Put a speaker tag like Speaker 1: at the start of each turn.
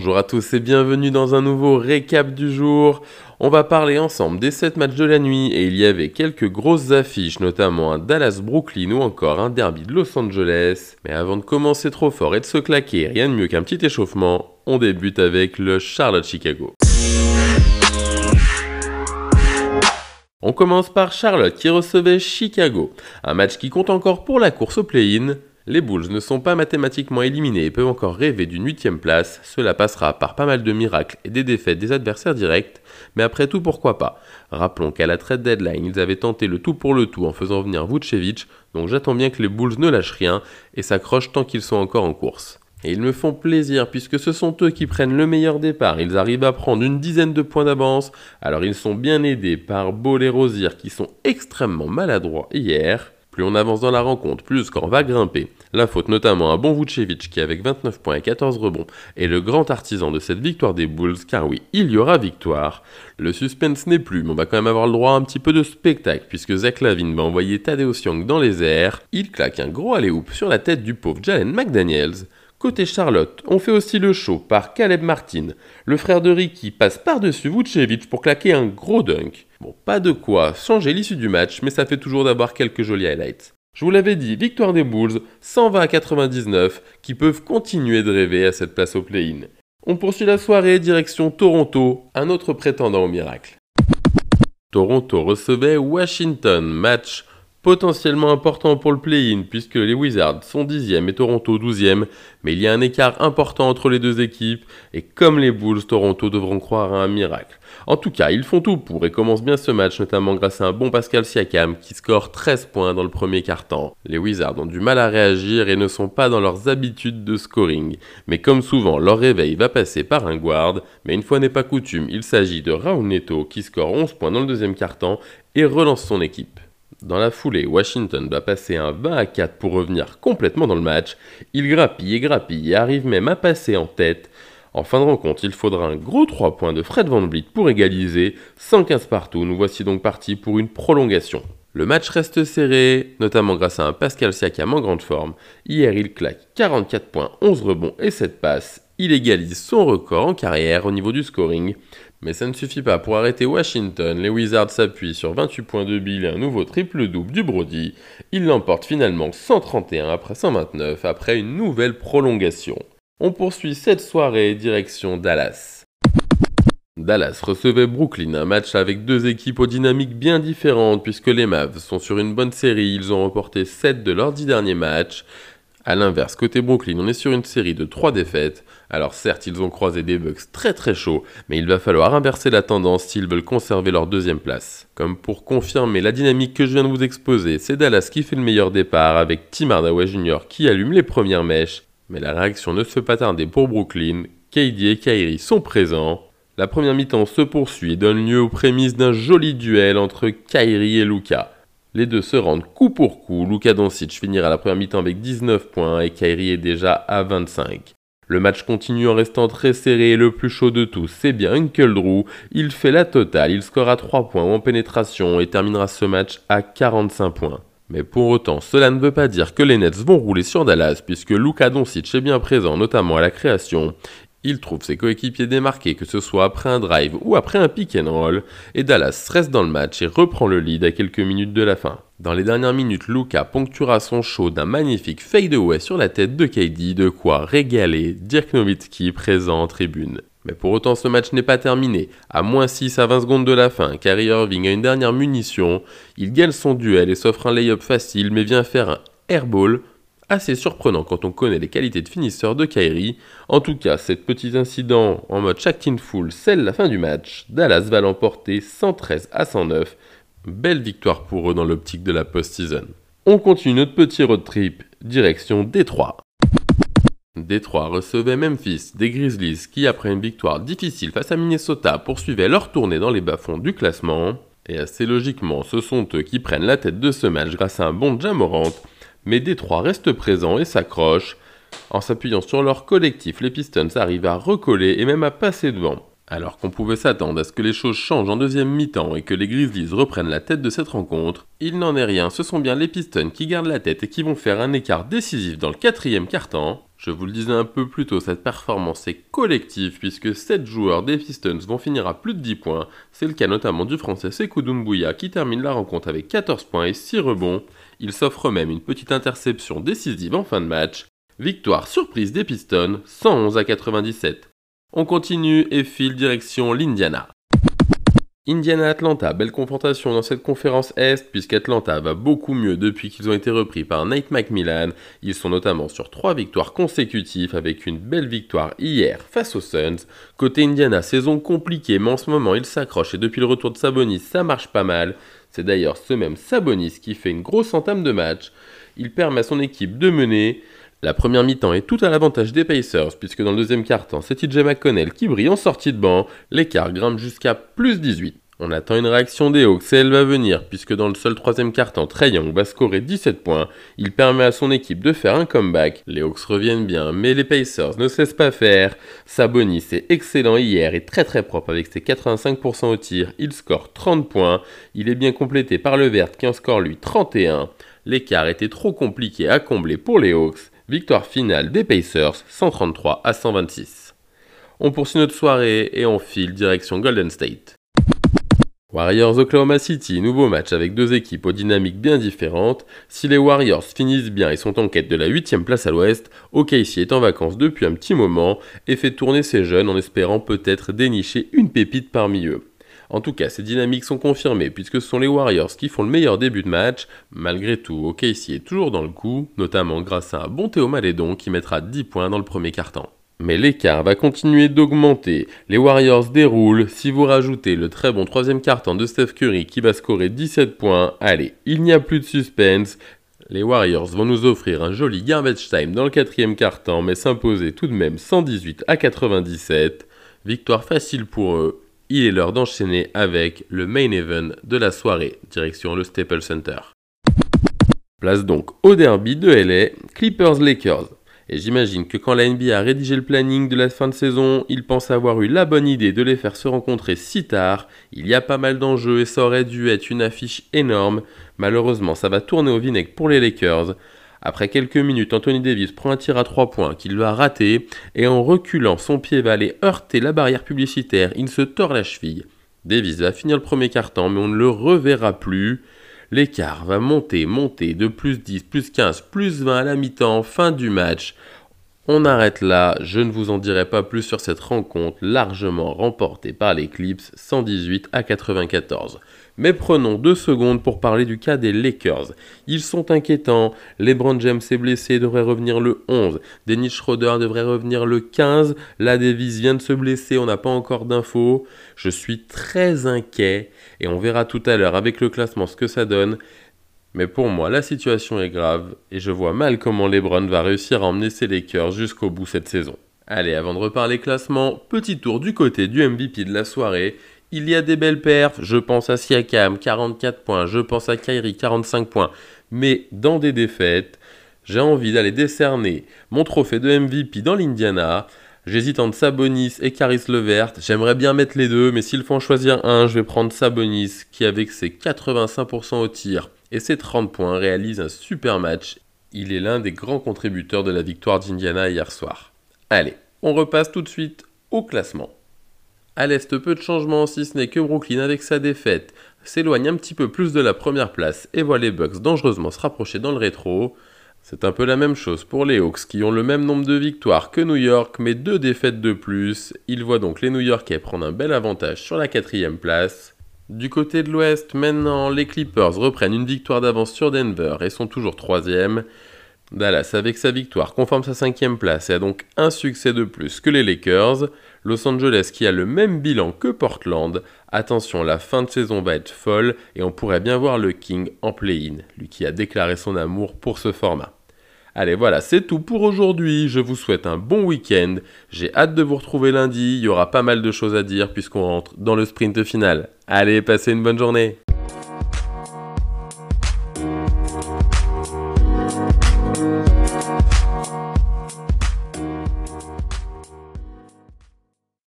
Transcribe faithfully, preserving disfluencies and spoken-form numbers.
Speaker 1: Bonjour à tous et bienvenue dans un nouveau récap du jour. On va parler ensemble des sept matchs de la nuit et il y avait quelques grosses affiches, notamment un Dallas-Brooklyn ou encore un derby de Los Angeles. Mais avant de commencer trop fort et de se claquer, rien de mieux qu'un petit échauffement, on débute avec le Charlotte-Chicago. On commence par Charlotte qui recevait Chicago, un match qui compte encore pour la course au play-in. Les Bulls ne sont pas mathématiquement éliminés et peuvent encore rêver d'une huitième place, cela passera par pas mal de miracles et des défaites des adversaires directs, mais après tout pourquoi pas. Rappelons qu'à la trade deadline, ils avaient tenté le tout pour le tout en faisant venir Vucevic, donc j'attends bien que les Bulls ne lâchent rien et s'accrochent tant qu'ils sont encore en course. Et ils me font plaisir puisque ce sont eux qui prennent le meilleur départ, ils arrivent à prendre une dizaine de points d'avance, alors ils sont bien aidés par Ball et Rozier qui sont extrêmement maladroits hier. Plus on avance dans la rencontre, plus le score va grimper. La faute notamment à bon Vucevic qui avec vingt-neuf points et quatorze rebonds est le grand artisan de cette victoire des Bulls, car oui, il y aura victoire. Le suspense n'est plus, mais on va quand même avoir le droit à un petit peu de spectacle puisque Zach LaVine va envoyer Thaddeus Young dans les airs. Il claque un gros alley-oop sur la tête du pauvre Jalen McDaniels. Côté Charlotte, on fait aussi le show par Caleb Martin. Le frère de Ricky passe par-dessus Vucevic pour claquer un gros dunk. Bon, pas de quoi changer l'issue du match, mais ça fait toujours d'avoir quelques jolis highlights. Je vous l'avais dit, victoire des Bulls, cent vingt à quatre-vingt-dix-neuf, qui peuvent continuer de rêver à cette place au play-in. On poursuit la soirée, direction Toronto, un autre prétendant au miracle. Toronto recevait Washington, match potentiellement important pour le play-in puisque les Wizards sont dixième et Toronto douzième, mais il y a un écart important entre les deux équipes et comme les Bulls, Toronto devront croire à un miracle. En tout cas, ils font tout pour et commencent bien ce match, notamment grâce à un bon Pascal Siakam qui score treize points dans le premier quart-temps. Les Wizards ont du mal à réagir et ne sont pas dans leurs habitudes de scoring. Mais comme souvent, leur réveil va passer par un guard, mais une fois n'est pas coutume, il s'agit de Raul Neto qui score onze points dans le deuxième quart-temps et relance son équipe. Dans la foulée, Washington va passer un vingt à quatre pour revenir complètement dans le match. Il grappille et grappille et arrive même à passer en tête. En fin de rencontre, il faudra un gros trois points de Fred VanVleet pour égaliser. cent quinze partout, nous voici donc partis pour une prolongation. Le match reste serré, notamment grâce à un Pascal Siakam en grande forme. Hier, il claque quarante-quatre points, onze rebonds et sept passes. Il égalise son record en carrière au niveau du scoring. Mais ça ne suffit pas pour arrêter Washington, les Wizards s'appuient sur vingt-huit points de Bill et un nouveau triple-double du Brody. Ils l'emportent finalement cent trente et un après cent vingt-neuf, après une nouvelle prolongation. On poursuit cette soirée direction Dallas. Dallas recevait Brooklyn, un match avec deux équipes aux dynamiques bien différentes puisque les Mavs sont sur une bonne série, ils ont remporté sept de leurs dix derniers matchs. A l'inverse, côté Brooklyn, on est sur une série de trois défaites. Alors certes, ils ont croisé des Bucks très très chauds, mais il va falloir inverser la tendance s'ils veulent conserver leur deuxième place. Comme pour confirmer la dynamique que je viens de vous exposer, c'est Dallas qui fait le meilleur départ avec Tim Hardaway junior qui allume les premières mèches. Mais la réaction ne se fait pas tarder pour Brooklyn, K D et Kyrie sont présents. La première mi-temps se poursuit et donne lieu aux prémices d'un joli duel entre Kyrie et Luka. Les deux se rendent coup pour coup, Luka Doncic finira la première mi-temps avec dix-neuf points et Kyrie est déjà à vingt-cinq. Le match continue en restant très serré et le plus chaud de tous, c'est bien Uncle Drew. Il fait la totale, il score à trois points en pénétration et terminera ce match à quarante-cinq points. Mais pour autant, cela ne veut pas dire que les Nets vont rouler sur Dallas puisque Luka Doncic est bien présent, notamment à la création. Il trouve ses coéquipiers démarqués, que ce soit après un drive ou après un pick and roll, et Dallas reste dans le match et reprend le lead à quelques minutes de la fin. Dans les dernières minutes, Luka ponctuera son show d'un magnifique fadeaway sur la tête de K D, de quoi régaler Dirk Nowitzki présent en tribune. Mais pour autant, ce match n'est pas terminé. À moins six à vingt secondes de la fin, Kyrie Irving a une dernière munition, il gagne son duel et s'offre un lay-up facile, mais vient faire un airball, assez surprenant quand on connaît les qualités de finisseur de Kyrie. En tout cas, cet petit incident en mode Shaqtin' Fool scelle la fin du match. Dallas va l'emporter cent treize à cent neuf. Belle victoire pour eux dans l'optique de la post-season. On continue notre petit road trip, direction Détroit. Détroit recevait Memphis, des Grizzlies qui, après une victoire difficile face à Minnesota, poursuivaient leur tournée dans les bas-fonds du classement. Et assez logiquement, ce sont eux qui prennent la tête de ce match grâce à un bon Ja Morant. Mais Détroit reste présent et s'accroche. En s'appuyant sur leur collectif, les Pistons arrivent à recoller et même à passer devant. Alors qu'on pouvait s'attendre à ce que les choses changent en deuxième mi-temps et que les Grizzlies reprennent la tête de cette rencontre, il n'en est rien, ce sont bien les Pistons qui gardent la tête et qui vont faire un écart décisif dans le quatrième quart-temps. Je vous le disais un peu plus tôt, cette performance est collective puisque sept joueurs des Pistons vont finir à plus de dix points. C'est le cas notamment du français Sekou Doumbouya qui termine la rencontre avec quatorze points et six rebonds. Il s'offre même une petite interception décisive en fin de match. Victoire surprise des Pistons, cent onze à quatre-vingt-dix-sept. On continue et file direction l'Indiana. Indiana-Atlanta, belle confrontation dans cette conférence Est, puisqu'Atlanta va beaucoup mieux depuis qu'ils ont été repris par Nate McMillan. Ils sont notamment sur trois victoires consécutives avec une belle victoire hier face aux Suns. Côté Indiana, saison compliquée, mais en ce moment ils s'accrochent et depuis le retour de Sabonis, ça marche pas mal. C'est d'ailleurs ce même Sabonis qui fait une grosse entame de match. Il permet à son équipe de mener. La première mi-temps est tout à l'avantage des Pacers, puisque dans le deuxième quart-temps, c'est T J McConnell qui brille en sortie de banc. L'écart grimpe jusqu'à plus dix-huit. On attend une réaction des Hawks et elle va venir, puisque dans le seul troisième quart-temps, Trae Young va scorer dix-sept points. Il permet à son équipe de faire un comeback. Les Hawks reviennent bien, mais les Pacers ne se laissent pas faire. Sabonis est excellent hier et très très propre avec ses quatre-vingt-cinq pour cent au tir. Il score trente points. Il est bien complété par le Vert qui en score lui trente et un. L'écart était trop compliqué à combler pour les Hawks. Victoire finale des Pacers, cent trente-trois à cent vingt-six. On poursuit notre soirée et on file direction Golden State. Warriors Oklahoma City, nouveau match avec deux équipes aux dynamiques bien différentes. Si les Warriors finissent bien et sont en quête de la huitième place à l'ouest, O K C est en vacances depuis un petit moment et fait tourner ses jeunes en espérant peut-être dénicher une pépite parmi eux. En tout cas, ces dynamiques sont confirmées puisque ce sont les Warriors qui font le meilleur début de match. Malgré tout, O K C est toujours dans le coup, notamment grâce à un bon Théo Maledon qui mettra dix points dans le premier quart-temps. Mais l'écart va continuer d'augmenter. Les Warriors déroulent. Si vous rajoutez le très bon troisième quart-temps de Steph Curry qui va scorer dix-sept points, allez, il n'y a plus de suspense. Les Warriors vont nous offrir un joli garbage time dans le quatrième quart-temps, mais s'imposer tout de même cent dix-huit à quatre-vingt-dix-sept. Victoire facile pour eux. Il est l'heure d'enchaîner avec le main event de la soirée, direction le Staples Center. Place donc au derby de L A, Clippers-Lakers. Et j'imagine que quand la N B A a rédigé le planning de la fin de saison, ils pensent avoir eu la bonne idée de les faire se rencontrer si tard. Il y a pas mal d'enjeux et ça aurait dû être une affiche énorme. Malheureusement, ça va tourner au vinaigre pour les Lakers. Après quelques minutes, Anthony Davis prend un tir à trois points qu'il va rater et en reculant, son pied va aller heurter la barrière publicitaire. Il se tord la cheville. Davis va finir le premier quart-temps, mais on ne le reverra plus. L'écart va monter, monter de plus dix, plus quinze, plus vingt à la mi-temps, fin du match. On arrête là, je ne vous en dirai pas plus sur cette rencontre largement remportée par les Clips, cent dix-huit à quatre-vingt-quatorze. Mais prenons deux secondes pour parler du cas des Lakers. Ils sont inquiétants, LeBron James est blessé, devrait revenir le onze, Dennis Schroeder devrait revenir le quinze, la Davis vient de se blesser, on n'a pas encore d'infos. Je suis très inquiet et on verra tout à l'heure avec le classement ce que ça donne. Mais pour moi, la situation est grave et je vois mal comment LeBron va réussir à emmener ses Lakers jusqu'au bout cette saison. Allez, avant de reparler classement, petit tour du côté du M V P de la soirée. Il y a des belles perfs, je pense à Siakam, quarante-quatre points, je pense à Kyrie, quarante-cinq points. Mais dans des défaites, j'ai envie d'aller décerner mon trophée de M V P dans l'Indiana. J'hésite entre Sabonis et Caris LeVert. J'aimerais bien mettre les deux, mais s'il faut en choisir un, je vais prendre Sabonis, qui avec ses quatre-vingt-cinq pour cent au tir et ses trente points réalise un super match. Il est l'un des grands contributeurs de la victoire d'Indiana hier soir. Allez, on repasse tout de suite au classement. À l'Est, peu de changements, si ce n'est que Brooklyn, avec sa défaite, s'éloigne un petit peu plus de la première place et voit les Bucks dangereusement se rapprocher dans le rétro. C'est un peu la même chose pour les Hawks qui ont le même nombre de victoires que New York, mais deux défaites de plus. Ils voient donc les New Yorkais prendre un bel avantage sur la quatrième place. Du côté de l'Ouest, maintenant, les Clippers reprennent une victoire d'avance sur Denver et sont toujours troisième. Dallas, avec sa victoire, conforme sa cinquième place et a donc un succès de plus que les Lakers. Los Angeles qui a le même bilan que Portland. Attention, la fin de saison va être folle et on pourrait bien voir le King en play-in, lui qui a déclaré son amour pour ce format. Allez, voilà, c'est tout pour aujourd'hui. Je vous souhaite un bon week-end. J'ai hâte de vous retrouver lundi. Il y aura pas mal de choses à dire puisqu'on rentre dans le sprint final. Allez, passez une bonne journée.